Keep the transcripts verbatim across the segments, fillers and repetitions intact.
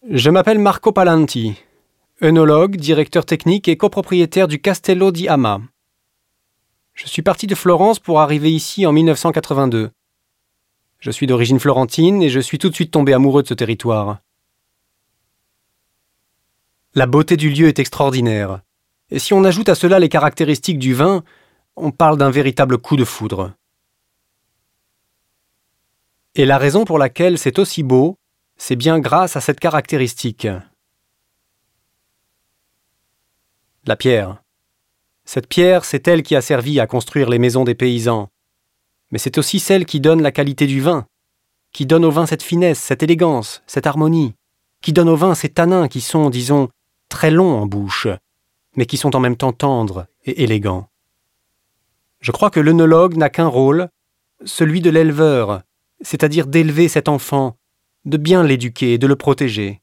Je m'appelle Marco Palanti, œnologue, directeur technique et copropriétaire du Castello di Ama. Je suis parti de Florence pour arriver ici en mille neuf cent quatre-vingt-deux. Je suis d'origine florentine et je suis tout de suite tombé amoureux de ce territoire. La beauté du lieu est extraordinaire. Et si on ajoute à cela les caractéristiques du vin, on parle d'un véritable coup de foudre. Et la raison pour laquelle c'est aussi beau, c'est bien grâce à cette caractéristique. La pierre. Cette pierre, c'est elle qui a servi à construire les maisons des paysans. Mais c'est aussi celle qui donne la qualité du vin, qui donne au vin cette finesse, cette élégance, cette harmonie, qui donne au vin ces tanins qui sont, disons, très longs en bouche, mais qui sont en même temps tendres et élégants. Je crois que l'œnologue n'a qu'un rôle, celui de l'éleveur, c'est-à-dire d'élever cet enfant, de bien l'éduquer et de le protéger.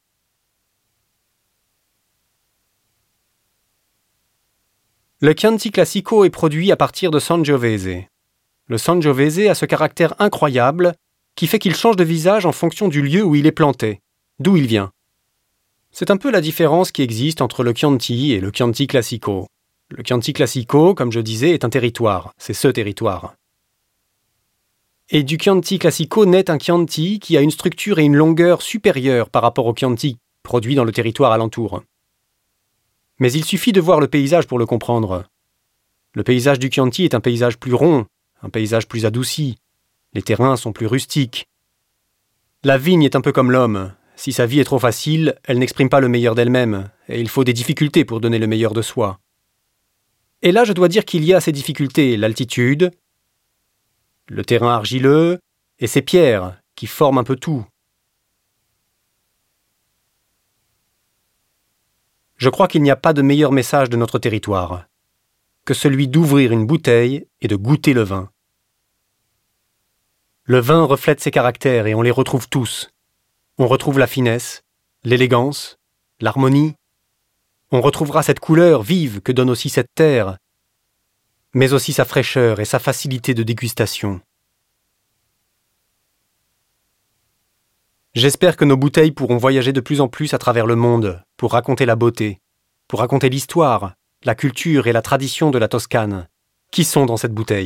Le Chianti Classico est produit à partir de Sangiovese. Le Sangiovese a ce caractère incroyable qui fait qu'il change de visage en fonction du lieu où il est planté, d'où il vient. C'est un peu la différence qui existe entre le Chianti et le Chianti Classico. Le Chianti Classico, comme je disais, est un territoire, c'est ce territoire. Et du Chianti Classico naît un Chianti qui a une structure et une longueur supérieures par rapport au Chianti produit dans le territoire alentour. Mais il suffit de voir le paysage pour le comprendre. Le paysage du Chianti est un paysage plus rond, un paysage plus adouci. Les terrains sont plus rustiques. La vigne est un peu comme l'homme. Si sa vie est trop facile, elle n'exprime pas le meilleur d'elle-même, et il faut des difficultés pour donner le meilleur de soi. Et là, je dois dire qu'il y a ces difficultés, l'altitude, le terrain argileux et ces pierres qui forment un peu tout. Je crois qu'il n'y a pas de meilleur message de notre territoire que celui d'ouvrir une bouteille et de goûter le vin. Le vin reflète ses caractères et on les retrouve tous. On retrouve la finesse, l'élégance, l'harmonie. On retrouvera cette couleur vive que donne aussi cette terre, mais aussi sa fraîcheur et sa facilité de dégustation. J'espère que nos bouteilles pourront voyager de plus en plus à travers le monde pour raconter la beauté, pour raconter l'histoire, la culture et la tradition de la Toscane. Qui sont dans cette bouteille ?